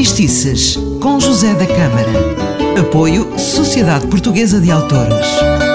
Fadistices, com José da Câmara. Apoio Sociedade Portuguesa de Autores.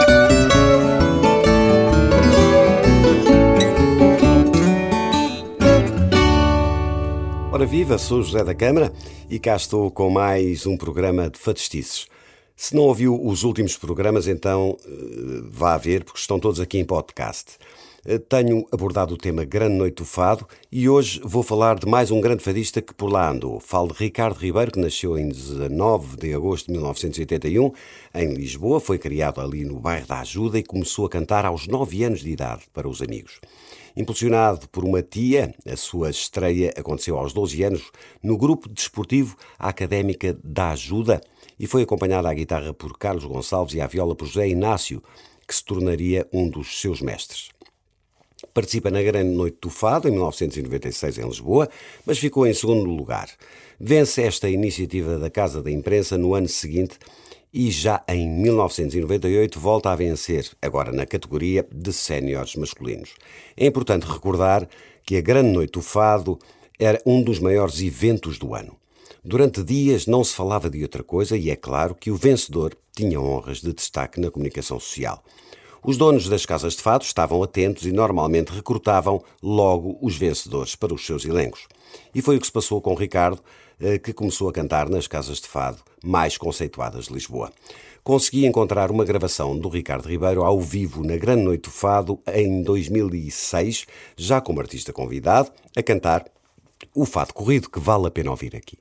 Ora viva, sou José da Câmara e cá estou com mais um programa de Fadistices. Se não ouviu os últimos programas, então vá ver, porque estão todos aqui em podcast. Tenho abordado o tema Grande Noite do Fado e hoje vou falar de mais um grande fadista que por lá andou. Falo de Ricardo Ribeiro, que nasceu em 19 de agosto de 1981, em Lisboa, foi criado ali no bairro da Ajuda e começou a cantar aos 9 anos de idade para os amigos. Impulsionado por uma tia, a sua estreia aconteceu aos 12 anos no grupo desportivo Académica da Ajuda e foi acompanhada à guitarra por Carlos Gonçalves e à viola por José Inácio, que se tornaria um dos seus mestres. Participa na Grande Noite do Fado, em 1996, em Lisboa, mas ficou em segundo lugar. Vence esta iniciativa da Casa da Imprensa no ano seguinte e já em 1998 volta a vencer, agora na categoria de séniores masculinos. É importante recordar que a Grande Noite do Fado era um dos maiores eventos do ano. Durante dias não se falava de outra coisa e é claro que o vencedor tinha honras de destaque na comunicação social. Os donos das casas de fado estavam atentos e normalmente recrutavam logo os vencedores para os seus elencos. E foi o que se passou com Ricardo, que começou a cantar nas casas de fado mais conceituadas de Lisboa. Consegui encontrar uma gravação do Ricardo Ribeiro ao vivo na Grande Noite do Fado em 2006, já como artista convidado, a cantar o fado corrido que vale a pena ouvir aqui.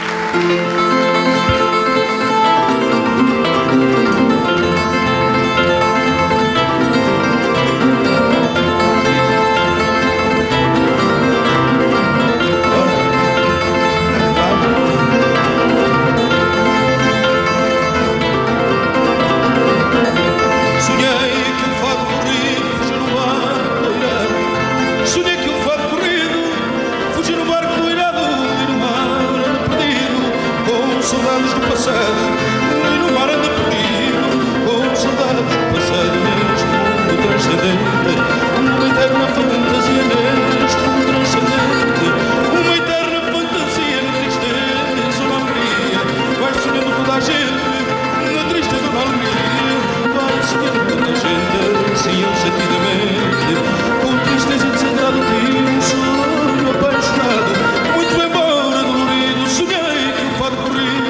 Saudades do passado, e no mar anda perdido, com saudades do passado, neste mundo transcendente, uma eterna fantasia neste mundo transcendente, uma eterna fantasia na tristeza ou na alegria, vai sonhando toda a gente, na tristeza ou na alegria, vai sonhando toda a gente, assim sentidamente, com tristeza desentrada de ti, um sonho apaixonado, muito embora dolorido, sonhei que o fado corrido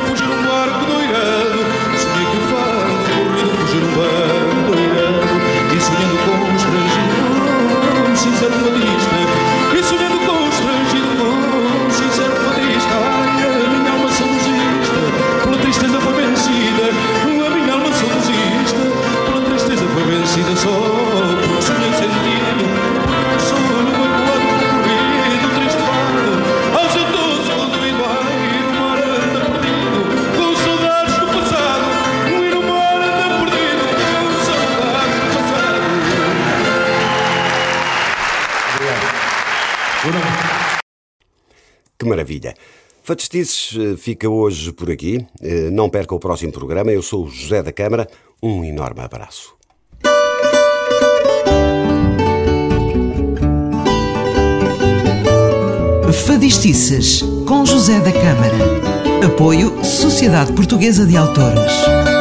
Que maravilha! Fadistices fica hoje por aqui. Não perca o próximo programa. Eu sou o José da Câmara. Um enorme abraço. Fadistices, com José da Câmara. Apoio Sociedade Portuguesa de Autores.